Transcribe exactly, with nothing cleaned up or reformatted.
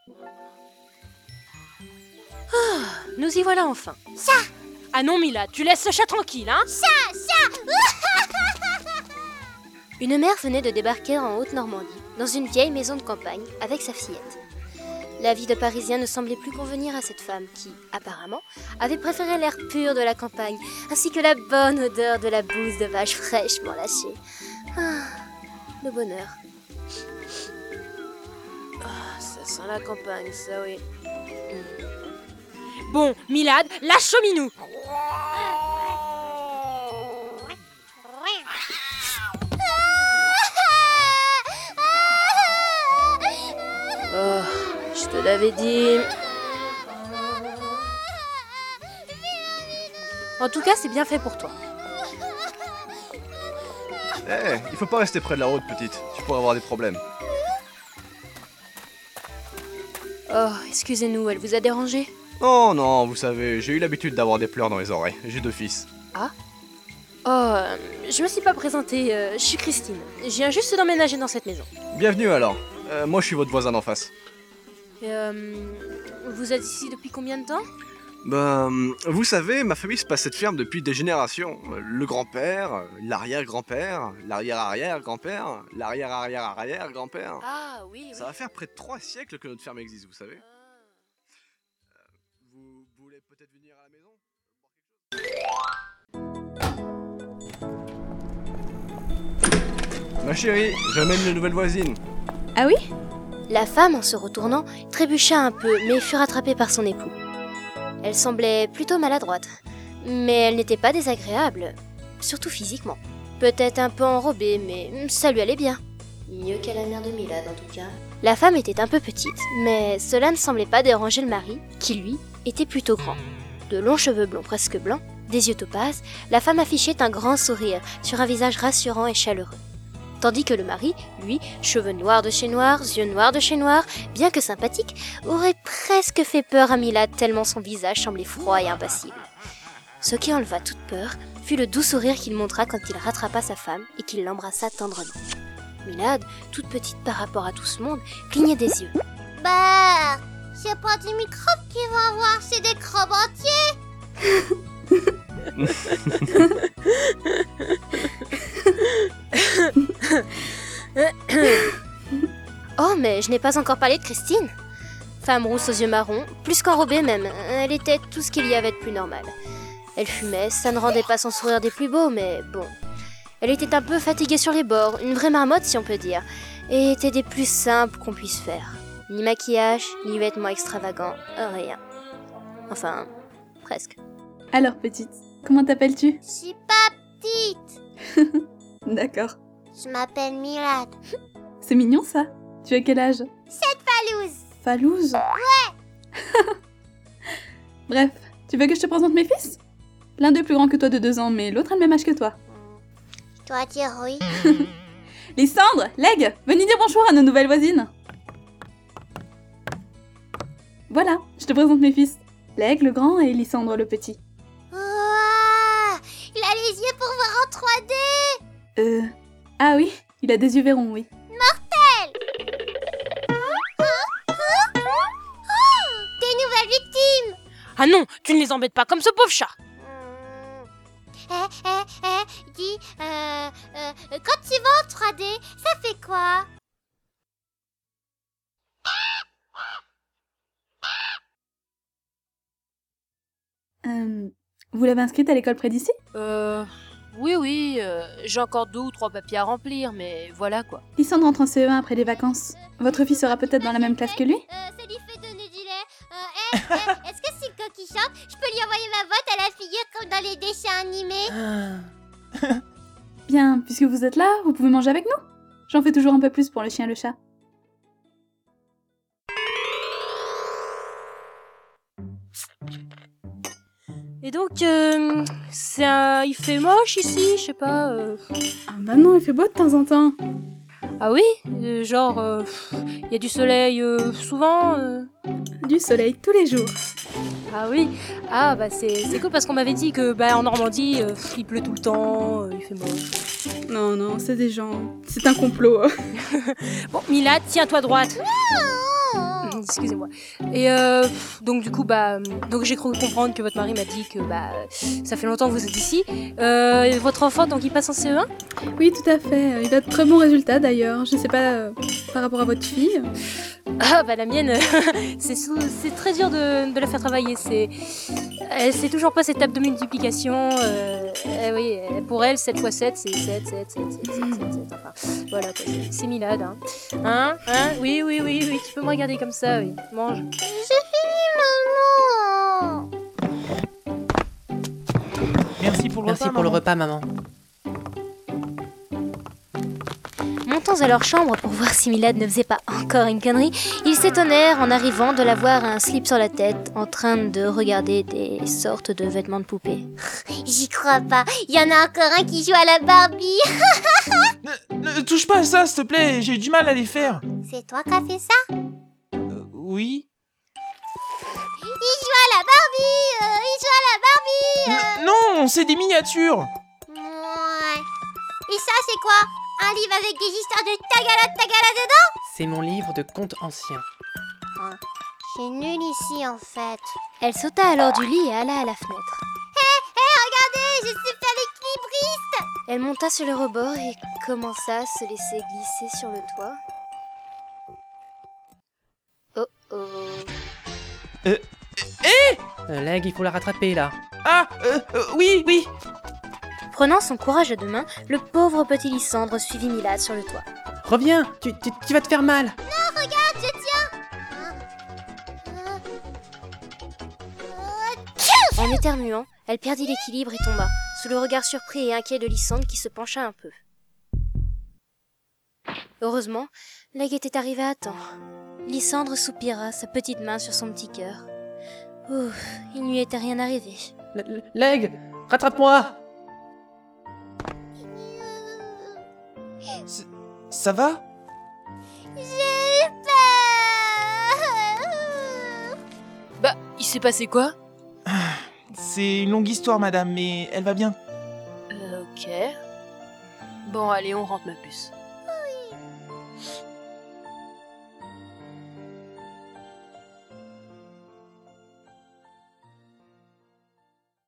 Ah, nous y voilà enfin. Chat. Ah non, Milad, tu laisses ce chat tranquille, hein? Chat, chat. Une mère venait de débarquer en Haute-Normandie, dans une vieille maison de campagne, avec sa fillette. La vie de Parisien ne semblait plus convenir à cette femme qui, apparemment, avait préféré l'air pur de la campagne, ainsi que la bonne odeur de la bouse de vache fraîchement lâchée. Ah, le bonheur. Ah, ça sent la campagne, ça oui. Mm. Bon, Milad, lâche au minou. Oh, je te l'avais dit. En tout cas, c'est bien fait pour toi. Eh, hey, il faut pas rester près de la route, petite. Tu pourrais avoir des problèmes. Oh, excusez-nous, elle vous a dérangé? Oh non, vous savez, j'ai eu l'habitude d'avoir des pleurs dans les oreilles. J'ai deux fils. Ah? Oh, euh, je me suis pas présentée, euh, je suis Christine. Je viens juste d'emménager dans cette maison. Bienvenue alors. Euh, moi, je suis votre voisin d'en face. Euh, vous êtes ici depuis combien de temps? Ben, vous savez, ma famille se passe cette ferme depuis des générations. Le grand-père, l'arrière-grand-père, l'arrière-arrière-grand-père, l'arrière-arrière-arrière-grand-père. Ah oui, oui. Ça va faire près de trois siècles que notre ferme existe, vous savez. Euh, vous voulez peut-être venir à la maison ? Ma chérie, j'amène les nouvelles voisines. Ah oui? La femme, en se retournant, trébucha un peu, mais fut rattrapée par son époux. Elle semblait plutôt maladroite, mais elle n'était pas désagréable, surtout physiquement. Peut-être un peu enrobée, mais ça lui allait bien. Mieux qu'à la mère de Milad, en tout cas. La femme était un peu petite, mais cela ne semblait pas déranger le mari, qui, lui, était plutôt grand. De longs cheveux blonds presque blancs, des yeux topazes, la femme affichait un grand sourire sur un visage rassurant et chaleureux. Tandis que le mari, lui, cheveux noirs de chez noirs, yeux noirs de chez noirs, bien que sympathique, aurait presque fait peur à Milad tellement son visage semblait froid et impassible. Ce qui enleva toute peur fut le doux sourire qu'il montra quand il rattrapa sa femme et qu'il l'embrassa tendrement. Milad, toute petite par rapport à tout ce monde, clignait des yeux. Bah, c'est pas des microbes qu'il va avoir, c'est des crabes entiers. Oh, mais je n'ai pas encore parlé de Christine. Femme rousse aux yeux marrons, plus qu'enrobée même, elle était tout ce qu'il y avait de plus normal. Elle fumait, ça ne rendait pas son sourire des plus beaux, mais bon. Elle était un peu fatiguée sur les bords, une vraie marmotte si on peut dire, et était des plus simples qu'on puisse faire. Ni maquillage, ni vêtements extravagants, rien. Enfin, presque. Alors petite, comment t'appelles-tu? Je suis pas petite. D'accord. Je m'appelle Milad. C'est mignon ça. Tu as quel âge? Cette Falouz. Falouz? Ouais. Bref, tu veux que je te présente mes fils? L'un d'eux plus grand que toi de deux ans, mais l'autre a le même âge que toi. Je dois dire oui. Lysandre, Leg, venez dire bonjour à nos nouvelles voisines. Voilà, je te présente mes fils. Leg le grand et Lysandre le petit. Ouah, il a les yeux pour voir en trois D. Euh... Ah oui, il a des yeux verrons, oui. Mortel. Oh, oh, oh, des nouvelles victimes. Ah non, tu ne les embêtes pas comme ce pauvre chat. Eh, eh, eh, dis, euh, euh, quand tu vas en trois D, ça fait quoi? Euh... Vous l'avez inscrite à l'école près d'ici? Euh... Oui, oui, euh, j'ai encore deux ou trois papiers à remplir, mais voilà quoi. Lysandre rentre en C E un après les vacances. Votre fille sera peut-être dans la même classe que lui? Euh, ça lui fait donner du lait. Euh, eh, eh, est-ce que c'est quand il chante? Je peux lui envoyer ma vote à la figure comme dans les dessins animés? Bien, puisque vous êtes là, vous pouvez manger avec nous. J'en fais toujours un peu plus pour le chien et le chat. Et donc, euh, c'est un... il fait moche ici, je sais pas. Euh... Ah bah non, il fait beau de temps en temps. Ah oui, euh, genre, il euh, y a du soleil euh, souvent. Euh... Du soleil tous les jours. Ah oui, ah bah c'est, c'est cool parce qu'on m'avait dit que bah en Normandie, euh, il pleut tout le temps, euh, il fait moche. Non, non, c'est des gens. C'est un complot. Bon, Milad, tiens-toi droite. Non. Excusez-moi. Et euh, donc du coup, bah, donc j'ai cru comprendre que votre mari m'a dit que bah, ça fait longtemps que vous êtes ici. Euh, et votre enfant, donc il passe en C E un? Oui, tout à fait. Il a de très bons résultats d'ailleurs. Je sais pas euh, par rapport à votre fille. Ah bah la mienne, c'est sou- c'est très dur de, de la faire travailler. C'est, elle sait toujours pas cette table de multiplication. Euh, eh oui, pour elle, sept fois sept, c'est sept, sept, sept, sept, sept, sept, sept. Enfin, voilà, quoi, c'est, c'est Milad. Hein. Hein, hein, oui, oui, oui, oui, tu peux me regarder comme ça, oui. Mange. J'ai fini, maman. Merci pour le Merci repas, pour le maman. repas, maman. Montant à leur chambre pour voir si Milad ne faisait pas encore une connerie, ils s'étonnèrent en arrivant de la voir un slip sur la tête, en train de regarder des sortes de vêtements de poupée. J'y crois pas. Il y en a encore un qui joue à la Barbie. Ne, ne touche pas à ça, s'il te plaît, j'ai eu du mal à les faire. C'est toi qui as fait ça? Euh, oui. Il joue à la Barbie. euh, il joue à la Barbie. N- non, c'est des miniatures. Ouais. Et ça, c'est quoi? Un livre avec des histoires de tagala tagala dedans? C'est mon livre de contes anciens. C'est nul ici, en fait. Elle sauta alors du lit et alla à la fenêtre. Hé, regardez, je suis fait l'équilibriste. Elle monta sur le rebord et commença à se laisser glisser sur le toit. Oh oh. Euh, Leg, il faut la rattraper, là. Ah, euh, euh, oui, oui. Prenant son courage à deux mains, le pauvre petit Lysandre suivit Milad sur le toit. Reviens, tu, tu, tu vas te faire mal. Regarde, je tiens. En éternuant, elle perdit l'équilibre et tomba, sous le regard surpris et inquiet de Lysandre qui se pencha un peu. Heureusement, Leg était arrivé à temps. Lysandre soupira, sa petite main sur son petit cœur. Ouf, il ne lui était rien arrivé. L- L- Leg, rattrape-moi. C- Ça va? J'ai peur. Bah, il s'est passé quoi? C'est une longue histoire, madame, mais elle va bien. Euh, ok. Bon, allez, on rentre ma puce.